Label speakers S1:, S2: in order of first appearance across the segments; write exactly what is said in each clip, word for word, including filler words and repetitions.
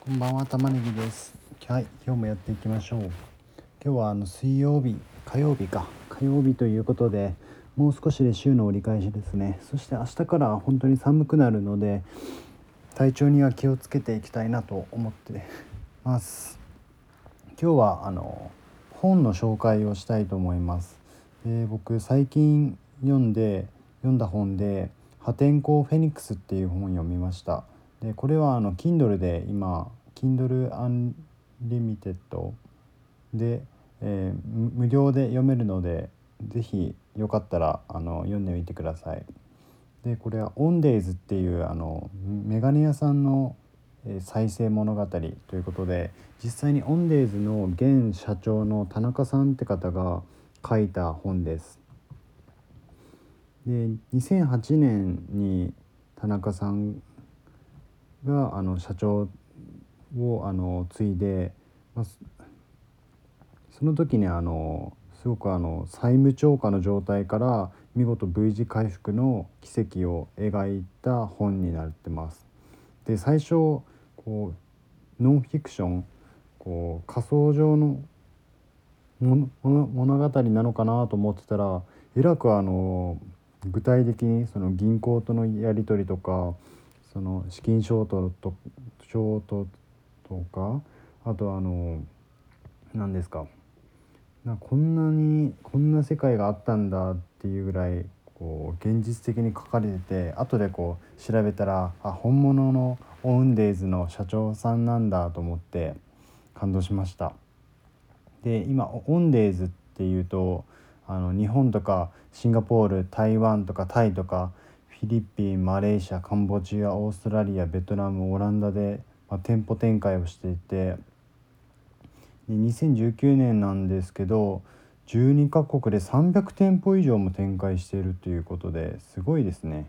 S1: こんばんは、玉ねぎです。はい、今日もやっていきましょう。今日はあの水曜日、火曜日か、火曜日ということで、もう少しで週の折り返しですね。そして明日から本当に寒くなるので、体調には気をつけていきたいなと思ってます。今日はあの本の紹介をしたいと思います。で、僕最近読んで読んだ本で破天荒フェニックスっていう本を読みました。で、これはあの Kindle で今 Kindle Unlimited で、えー無料で読めるので、ぜひよかったらあの読んでみてください。で、これはオンデイズっていうあのメガネ屋さんの再生物語ということで、実際にオンデイズの現社長の田中さんって方が書いた本です。で、にせんはちねんに田中さんがあの社長をあの継いで、まあ、その時にあのすごくあの債務超過の状態から見事 V 字回復の奇跡を描いた本になってます。で、最初こうノンフィクション、こう仮想上の物語なのかなと思ってたら、えらくあの具体的にその銀行とのやり取りとか、その資金衝突と衝突とか、あとあの何ですか、なこんなにこんな世界があったんだっていうぐらいこう現実的に書かれてて、後でこう調べたら、あ、本物のオウンデイズの社長さんなんだと思って感動しました。で、今オンデイズっていうとあの日本とかシンガポール、台湾とかタイとかフィリピン、マレーシア、カンボジア、オーストラリア、ベトナム、オランダで、まあ、店舗展開をしていて、でにせんじゅうきゅうねんなんですけど、じゅうにカ国でさんびゃく店舗以上も展開しているということですごいですね。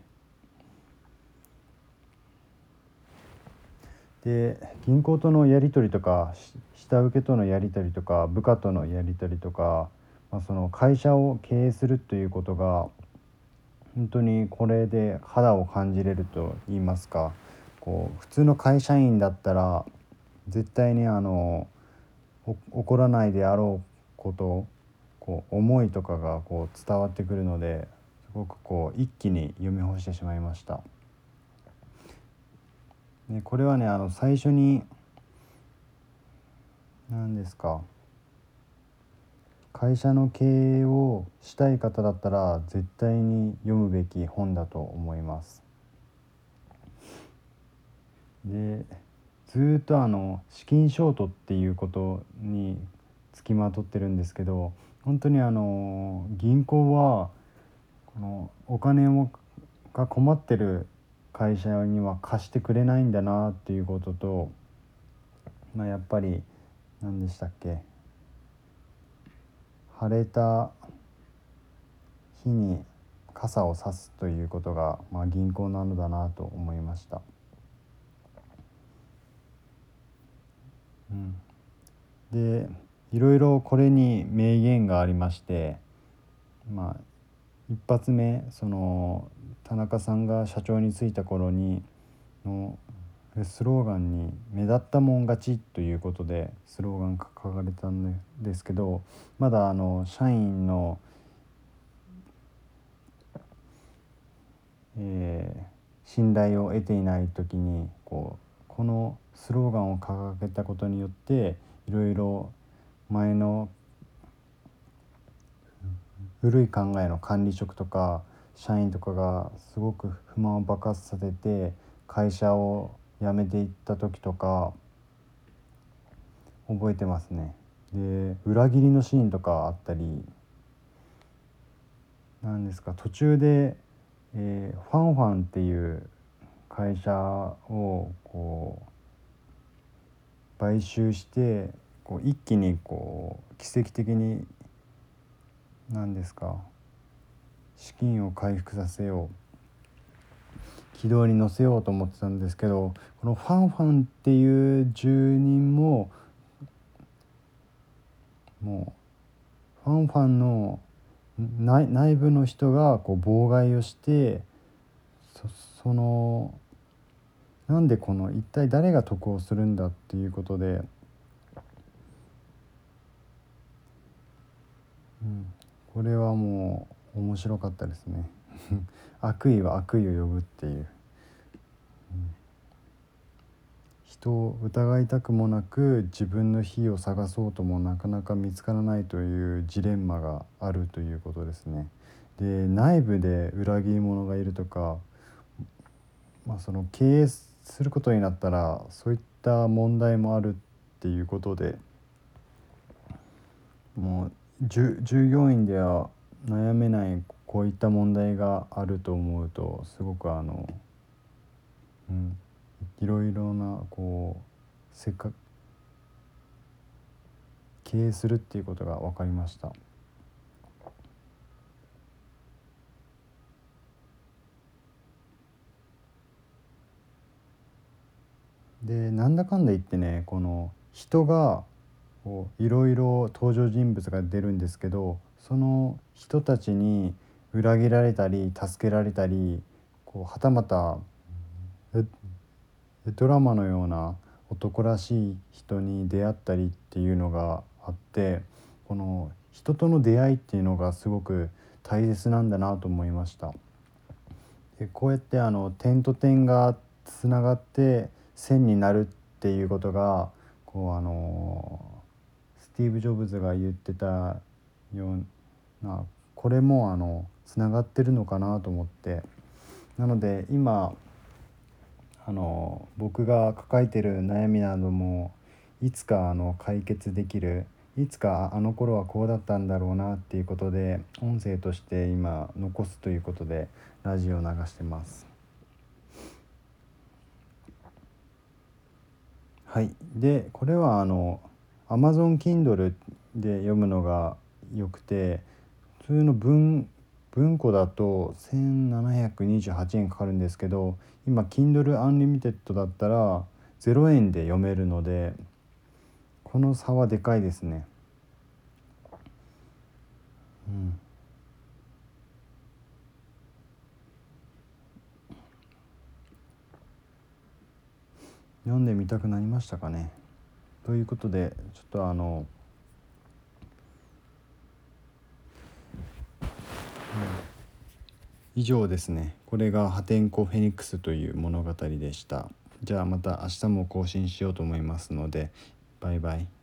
S1: で、銀行とのやり取りとか下請けとのやり取りとか部下とのやり取りとか、まあ、その会社を経営するということが本当にこれで肌を感じれると言いますか、こう普通の会社員だったら絶対にあの起こらないであろうこと、こう思いとかがこう伝わってくるので、すごくこう一気に読み干してしまいました。で、これはね、あの最初に何ですか、会社の経営をしたい方だったら絶対に読むべき本だと思います。で、ずっとあの資金ショートっていうことにつきまとってるんですけど、本当にあの銀行はこのお金をが困ってる会社には貸してくれないんだなっていうことと、まあ、やっぱり何でしたっけ、晴れた日に傘を差すということが、まあ、銀行なのだなと思いました。うん、で、いろいろこれに名言がありまして、まあ一発目、その田中さんが社長に就いた頃にのスローガンに目立ったもん勝ちということでスローガン掲げたんですけど、まだあの社員の、えー信頼を得ていない時にこうこのスローガンを掲げたことによっていろいろ前の古い考えの管理職とか社員とかがすごく不満を爆発させて会社を辞めていった時とか覚えてますね。で、裏切りのシーンとかあったり、なんですか、途中で、えーファンファンっていう会社をこう買収してこう一気にこう奇跡的に何ですか資金を回復させよう、軌道に乗せようと思ってたんですけど、このファンファンっていう住人ももうファンファンの内内部の人がこう妨害をして、そそのなんでこの一体誰が得をするんだっていうことで、うん、これはもう面白かったですね悪意は悪意を呼ぶっていう、うん、人を疑いたくもなく自分の非を探そうともなかなか見つからないというジレンマがあるということですね。で、内部で裏切り者がいるとか、まあ、その経営することになったらそういった問題もあるっていうことで、もう従従業員では悩めないこういった問題があると思うと、すごくあの、うん、いろいろなこうせっかく経営するっていうことが分かりました。で、なんだかんだ言ってね、この人がこういろいろ登場人物が出るんですけど、その人たちに裏切られたり助けられたり、こうはたまたえドラマのような男らしい人に出会ったりっていうのがあって、この人との出会いっていうのがすごく大切なんだなと思いました。で、こうやってあの点と点がつながって線になるっていうことが、こうあのスティーブ・ジョブズが言ってたような、これもあのつながってるのかなと思って、なので今あの僕が抱えてる悩みなどもいつかあの解決できる、いつかあの頃はこうだったんだろうなっていうことで音声として今残すということでラジオを流してます。はい。でこれはあの Amazon Kindle で読むのがよくて、普通の文文庫だとせんななひゃくにじゅうはちえんかかるんですけど、今 Kindle Unlimited だったらゼロえんで読めるので、この差はでかいですね。うん、読んでみたくなりましたかね。ということでちょっとあの、以上ですね。これが破天荒フェニックスという物語でした。じゃあまた明日も更新しようと思いますので、バイバイ。